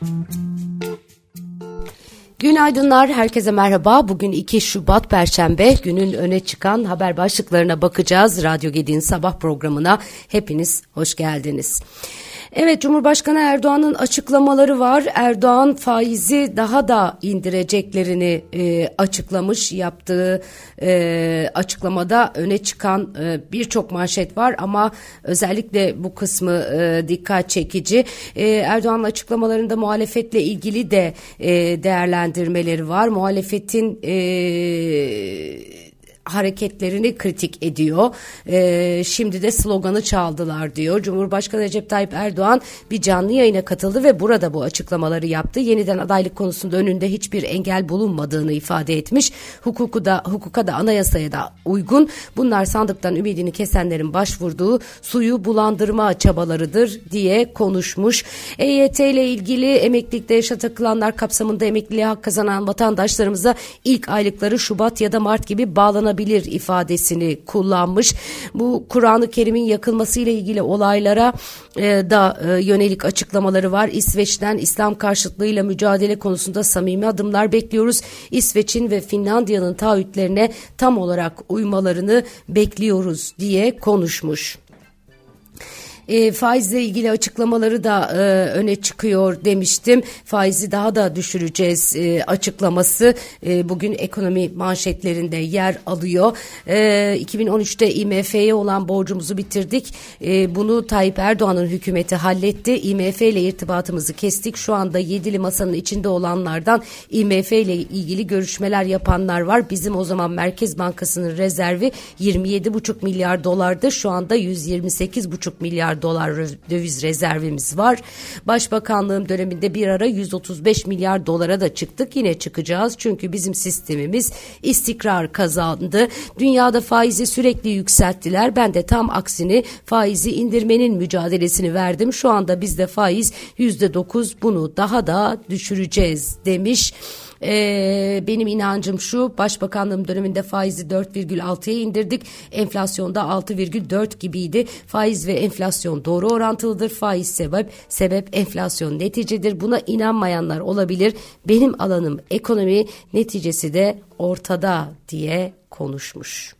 Günaydınlar, herkese merhaba. Bugün 2 Şubat Perşembe, günün öne çıkan haber başlıklarına bakacağız. Radyo Gedi'nin sabah programına hepiniz hoş geldiniz. Evet, Cumhurbaşkanı Erdoğan'ın açıklamaları var. Erdoğan faizi daha da indireceklerini açıklamış. Yaptığı açıklamada öne çıkan birçok manşet var ama özellikle bu kısmı dikkat çekici. Erdoğan'ın açıklamalarında muhalefetle ilgili de değerlendirmeleri var. Muhalefetin hareketlerini kritik ediyor. Şimdi de sloganı çaldılar diyor. Cumhurbaşkanı Recep Tayyip Erdoğan bir canlı yayına katıldı ve burada bu açıklamaları yaptı. Yeniden adaylık konusunda önünde hiçbir engel bulunmadığını ifade etmiş. Hukuka da anayasaya da uygun. Bunlar sandıktan ümidini kesenlerin başvurduğu suyu bulandırma çabalarıdır diye konuşmuş. EYT ile ilgili emeklilikte yaşa takılanlar kapsamında emekliliğe hak kazanan vatandaşlarımıza ilk aylıkları Şubat ya da Mart gibi bağlanabilir ifadesini kullanmış. Bu Kur'an-ı Kerim'in yakılmasıyla ilgili olaylara da yönelik açıklamaları var. İsveç'ten İslam karşıtlığıyla mücadele konusunda samimi adımlar bekliyoruz. İsveç'in ve Finlandiya'nın taahhütlerine tam olarak uymalarını bekliyoruz diye konuşmuş. Faizle ilgili açıklamaları da öne çıkıyor demiştim. Faizi daha da düşüreceğiz açıklaması bugün ekonomi manşetlerinde yer alıyor. 2013'te IMF'ye olan borcumuzu bitirdik. Bunu Tayyip Erdoğan'ın hükümeti halletti. IMF ile irtibatımızı kestik. Şu anda yedili masanın içinde olanlardan IMF ile ilgili görüşmeler yapanlar var. Bizim o zaman Merkez Bankası'nın rezervi 27,5 milyar dolardı. Şu anda 128,5 milyar dolar döviz rezervimiz var. Başbakanlığım döneminde bir ara 135 milyar dolara da çıktık. Yine çıkacağız çünkü bizim sistemimiz istikrar kazandı. Dünyada faizi sürekli yükselttiler. Ben de tam aksini faizi indirmenin mücadelesini verdim. Şu anda bizde faiz %9, bunu daha da düşüreceğiz demiş. Benim inancım şu: başbakanlığım döneminde faizi 4,6'ya indirdik. Enflasyonda 6,4 gibiydi. Faiz ve enflasyon doğru orantılıdır. Faiz sebep enflasyon neticedir. Buna inanmayanlar olabilir. Benim alanım ekonomi, neticesi de ortada diye konuşmuş.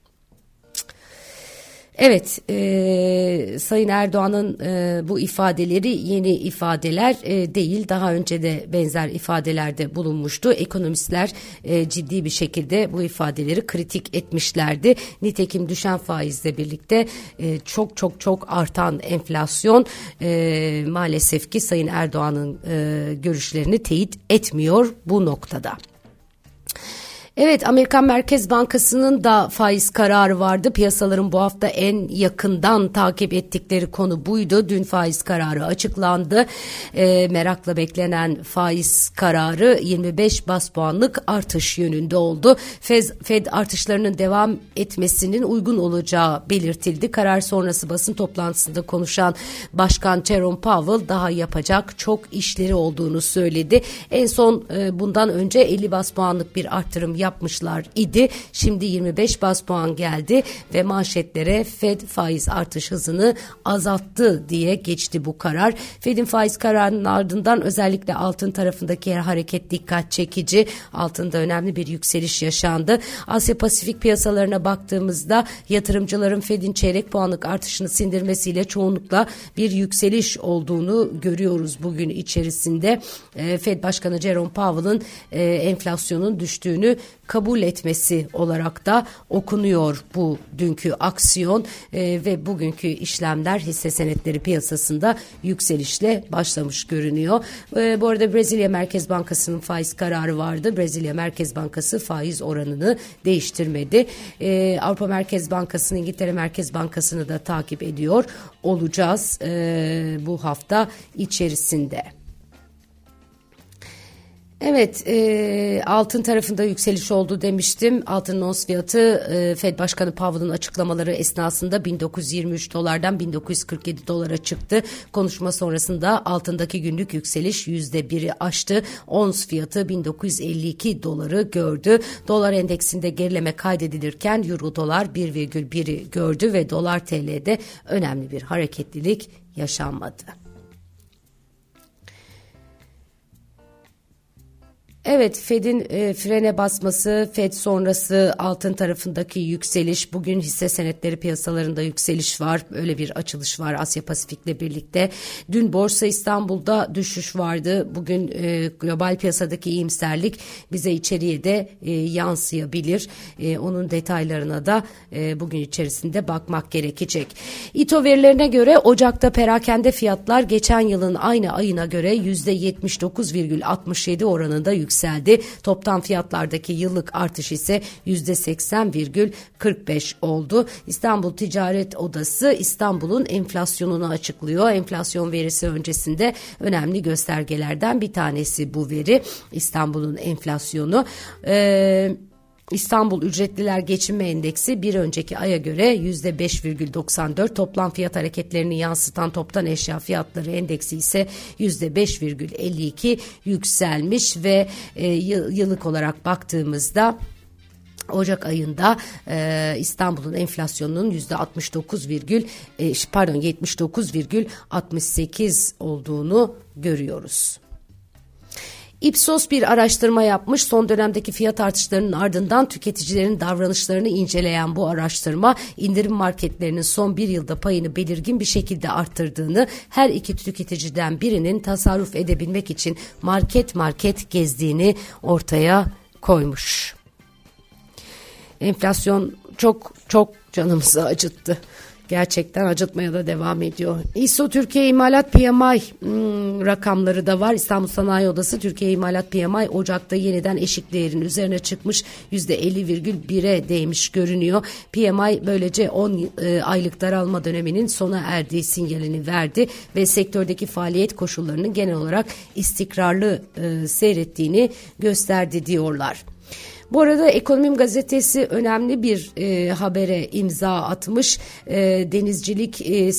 Evet, Sayın Erdoğan'ın bu ifadeleri yeni ifadeler değil. Daha önce de benzer ifadelerde bulunmuştu. Ekonomistler ciddi bir şekilde bu ifadeleri kritik etmişlerdi. Nitekim düşen faizle birlikte çok artan enflasyon maalesef ki Sayın Erdoğan'ın görüşlerini teyit etmiyor bu noktada. Evet, Amerikan Merkez Bankası'nın da faiz kararı vardı. Piyasaların bu hafta en yakından takip ettikleri konu buydu. Dün faiz kararı açıklandı. Merakla beklenen faiz kararı 25 bas puanlık artış yönünde oldu. Fed artışlarının devam etmesinin uygun olacağı belirtildi. Karar sonrası basın toplantısında konuşan Başkan Jerome Powell daha yapacak çok işleri olduğunu söyledi. En son bundan önce 50 bas puanlık bir artırım yapmışlar idi. Şimdi 25 bas puan geldi ve manşetlere Fed faiz artış hızını azalttı diye geçti bu karar. Fed'in faiz kararının ardından özellikle altın tarafındaki hareket dikkat çekici. Altında önemli bir yükseliş yaşandı. Asya Pasifik piyasalarına baktığımızda yatırımcıların Fed'in çeyrek puanlık artışını sindirmesiyle çoğunlukla bir yükseliş olduğunu görüyoruz bugün içerisinde. Fed Başkanı Jerome Powell'ın enflasyonun düştüğünü kabul etmesi olarak da okunuyor bu dünkü aksiyon ve bugünkü işlemler hisse senetleri piyasasında yükselişle başlamış görünüyor. Bu arada Brezilya Merkez Bankası'nın faiz kararı vardı. Brezilya Merkez Bankası faiz oranını değiştirmedi. Avrupa Merkez Bankası'nı, İngiltere Merkez Bankası'nı da takip ediyor olacağız bu hafta içerisinde. Evet, altın tarafında yükseliş oldu demiştim. Altının ons fiyatı Fed Başkanı Powell'ın açıklamaları esnasında 1923 dolardan 1947 dolara çıktı. Konuşma sonrasında altındaki günlük yükseliş %1'i aştı. Ons fiyatı 1952 doları gördü. Dolar endeksinde gerileme kaydedilirken Euro dolar 1,1'i gördü ve dolar TL'de önemli bir hareketlilik yaşanmadı. Evet, Fed'in frene basması, Fed sonrası altın tarafındaki yükseliş, bugün hisse senetleri piyasalarında yükseliş var, öyle bir açılış var Asya Pasifik'le birlikte. Dün Borsa İstanbul'da düşüş vardı, bugün global piyasadaki iyimserlik bize içeriye de yansıyabilir. Onun detaylarına da bugün içerisinde bakmak gerekecek. İTO verilerine göre Ocak'ta perakende fiyatlar geçen yılın aynı ayına göre %79,67 oranında yükseldi. Toptan fiyatlardaki yıllık artış ise %80,45 oldu. İstanbul Ticaret Odası İstanbul'un enflasyonunu açıklıyor. Enflasyon verisi öncesinde önemli göstergelerden bir tanesi bu veri. İstanbul'un enflasyonu. İstanbul Ücretliler Geçinme Endeksi bir önceki aya göre %5,94, toplam fiyat hareketlerini yansıtan toptan eşya fiyatları endeksi ise %5,52 yükselmiş ve yıllık olarak baktığımızda Ocak ayında İstanbul'un enflasyonunun %79,68 olduğunu görüyoruz. Ipsos bir araştırma yapmış. Son dönemdeki fiyat artışlarının ardından tüketicilerin davranışlarını inceleyen bu araştırma, indirim marketlerinin son bir yılda payını belirgin bir şekilde arttırdığını, her iki tüketiciden birinin tasarruf edebilmek için market gezdiğini ortaya koymuş. Enflasyon çok canımızı acıttı. Gerçekten acıtmaya da devam ediyor. İSO Türkiye İmalat PMI rakamları da var. İstanbul Sanayi Odası Türkiye İmalat PMI Ocak'ta yeniden eşik değerin üzerine çıkmış, %50,1'e değmiş görünüyor. PMI böylece 10 aylık daralma döneminin sona erdiği sinyalini verdi ve sektördeki faaliyet koşullarının genel olarak istikrarlı seyrettiğini gösterdi diyorlar. Bu arada Ekonomim Gazetesi önemli bir habere imza atmış. Denizcilik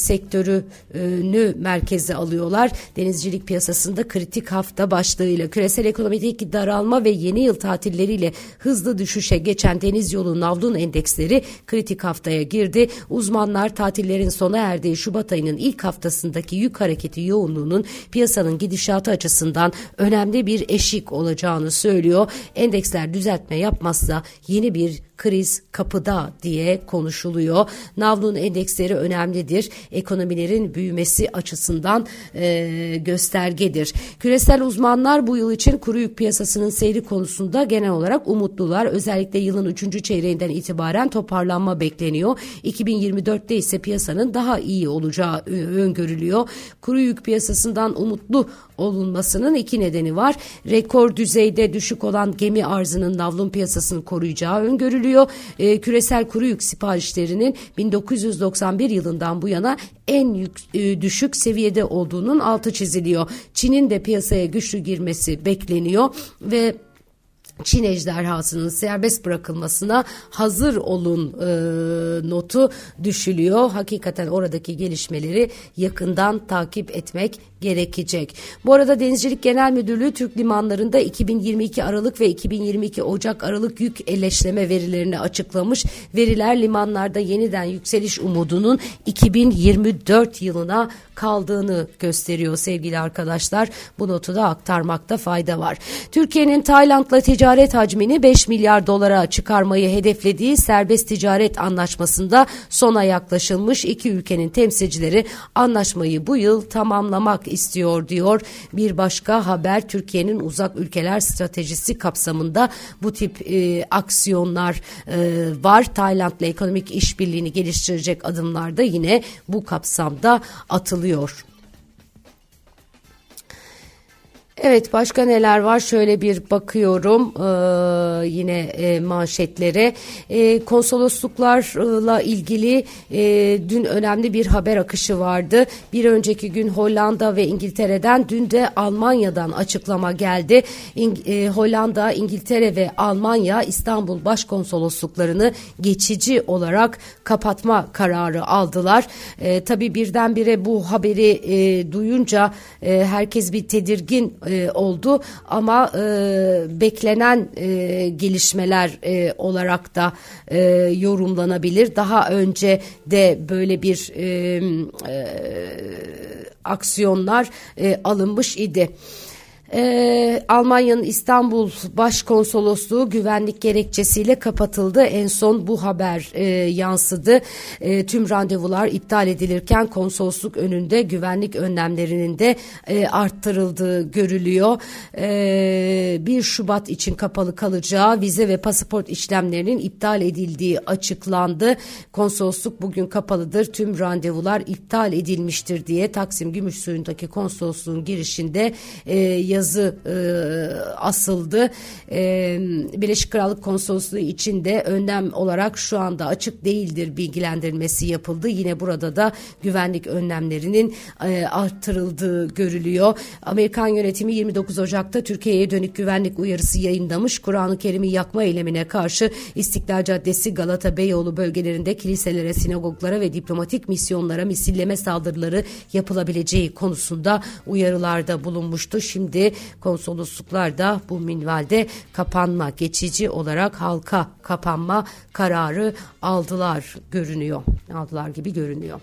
sektörünü merkeze alıyorlar. Denizcilik piyasasında kritik hafta başlığıyla küresel ekonomideki daralma ve yeni yıl tatilleriyle hızlı düşüşe geçen deniz yolu navlun endeksleri kritik haftaya girdi. Uzmanlar tatillerin sona erdiği Şubat ayının ilk haftasındaki yük hareketi yoğunluğunun piyasanın gidişatı açısından önemli bir eşik olacağını söylüyor. Endeksler düzeltme yapmazsa yeni bir kriz kapıda diye konuşuluyor. Navlun endeksleri önemlidir. Ekonomilerin büyümesi açısından göstergedir. Küresel uzmanlar bu yıl için kuru yük piyasasının seyri konusunda genel olarak umutlular. Özellikle yılın 3. çeyreğinden itibaren toparlanma bekleniyor. 2024'te ise piyasanın daha iyi olacağı öngörülüyor. Kuru yük piyasasından umutlu olunmasının iki nedeni var. Rekor düzeyde düşük olan gemi arzının navlun piyasasını koruyacağı öngörülüyor. Küresel kuru yük siparişlerinin 1991 yılından bu yana en düşük seviyede olduğunun altı çiziliyor. Çin'in de piyasaya güçlü girmesi bekleniyor ve Çin ejderhasının serbest bırakılmasına hazır olun notu düşülüyor. Hakikaten oradaki gelişmeleri yakından takip etmek gerekecek. Bu arada Denizcilik Genel Müdürlüğü Türk limanlarında 2022 Aralık ve 2022 Ocak Aralık yük elleşleme verilerini açıklamış. Veriler limanlarda yeniden yükseliş umudunun 2024 yılına kaldığını gösteriyor sevgili arkadaşlar. Bu notu da aktarmakta fayda var. Türkiye'nin Tayland'la ticaret hacmini 5 milyar dolara çıkarmayı hedeflediği serbest ticaret anlaşmasında sona yaklaşılmış. İki ülkenin temsilcileri anlaşmayı bu yıl tamamlamak istiyor diyor. Bir başka haber, Türkiye'nin uzak ülkeler stratejisi kapsamında bu tip aksiyonlar var. Tayland'la ekonomik işbirliğini geliştirecek adımlar da yine bu kapsamda atılıyor. Evet, başka neler var? Şöyle bir bakıyorum yine manşetlere. Konsolosluklarla ilgili dün önemli bir haber akışı vardı. Bir önceki gün Hollanda ve İngiltere'den, dün de Almanya'dan açıklama geldi. Hollanda, İngiltere ve Almanya İstanbul Başkonsolosluklarını geçici olarak kapatma kararı aldılar. Tabii birdenbire bu haberi duyunca herkes bir tedirgin oldu ama beklenen gelişmeler olarak da yorumlanabilir. Daha önce de böyle bir aksiyonlar alınmış idi. Almanya'nın İstanbul Başkonsolosluğu güvenlik gerekçesiyle kapatıldı. En son bu haber yansıdı. Tüm randevular iptal edilirken konsolosluk önünde güvenlik önlemlerinin de arttırıldığı görülüyor. 1 Şubat için kapalı kalacağı vize ve pasaport işlemlerinin iptal edildiği açıklandı. Konsolosluk bugün kapalıdır. Tüm randevular iptal edilmiştir diye Taksim Gümüşsuyu'ndaki konsolosluğun girişinde yazı asıldı. Birleşik Krallık Konsolosluğu için de önlem olarak şu anda açık değildir bilgilendirmesi yapıldı. Yine burada da güvenlik önlemlerinin arttırıldığı görülüyor. Amerikan yönetimi 29 Ocak'ta Türkiye'ye dönük güvenlik uyarısı yayınlamış. Kur'an-ı Kerim'i yakma eylemine karşı İstiklal Caddesi, Galata, Beyoğlu bölgelerinde kiliselere, sinagoglara ve diplomatik misyonlara misilleme saldırıları yapılabileceği konusunda uyarılarda bulunmuştu. Şimdi konsolosluklar da bu minvalde kapanma, geçici olarak halka kapanma kararı aldılar gibi görünüyor.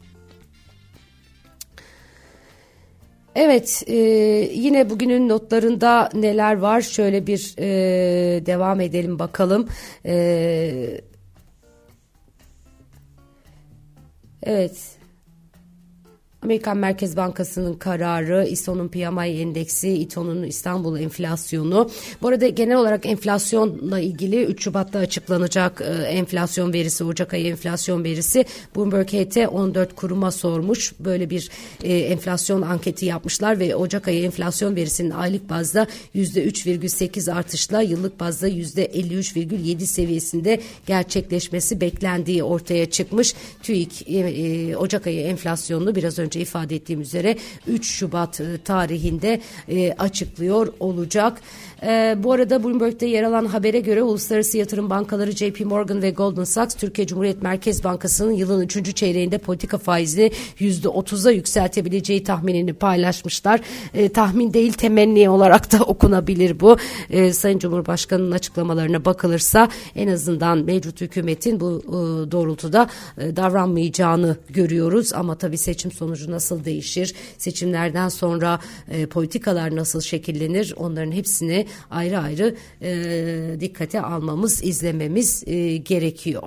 Evet, yine bugünün notlarında neler var? Şöyle bir devam edelim bakalım. Evet. Amerikan Merkez Bankası'nın kararı, İSO'nun PMI endeksi, İTO'nun İstanbul enflasyonu. Bu arada genel olarak enflasyonla ilgili 3 Şubat'ta açıklanacak enflasyon verisi, Ocak ayı enflasyon verisi. Bloomberg HT 14 kuruma sormuş. Böyle bir enflasyon anketi yapmışlar ve Ocak ayı enflasyon verisinin aylık bazda %3,8 artışla yıllık bazda %53,7 seviyesinde gerçekleşmesi beklendiği ortaya çıkmış. TÜİK Ocak ayı enflasyonunu biraz önce ifade ettiğim üzere 3 Şubat tarihinde açıklıyor olacak. Bu arada Bloomberg'de yer alan habere göre uluslararası yatırım bankaları JP Morgan ve Goldman Sachs, Türkiye Cumhuriyet Merkez Bankası'nın yılın 3. çeyreğinde politika faizini %30'a yükseltebileceği tahminini paylaşmışlar. Tahmin değil, temenni olarak da okunabilir bu. Sayın Cumhurbaşkanı'nın açıklamalarına bakılırsa en azından mevcut hükümetin bu doğrultuda davranmayacağını görüyoruz. Ama tabii seçim sonucu nasıl değişir? Seçimlerden sonra politikalar nasıl şekillenir? Onların hepsini ayrı ayrı dikkate almamız, izlememiz gerekiyor.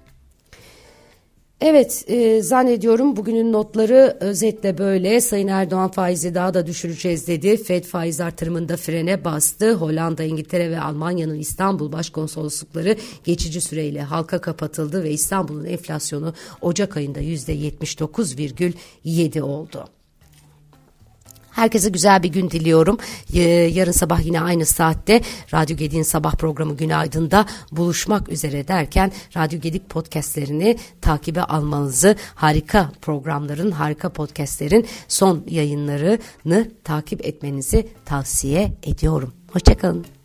Evet, zannediyorum bugünün notları özetle böyle. Sayın Erdoğan faizi daha da düşüreceğiz dedi. FED faiz artırımında frene bastı. Hollanda, İngiltere ve Almanya'nın İstanbul başkonsoloslukları geçici süreyle halka kapatıldı ve İstanbul'un enflasyonu Ocak ayında %79,7 oldu. Herkese güzel bir gün diliyorum. Yarın sabah yine aynı saatte Radyo Gedik'in sabah programı Günaydın'da buluşmak üzere derken Radyo Gedik podcastlerini takibe almanızı, harika programların, harika podcastlerin son yayınlarını takip etmenizi tavsiye ediyorum. Hoşçakalın.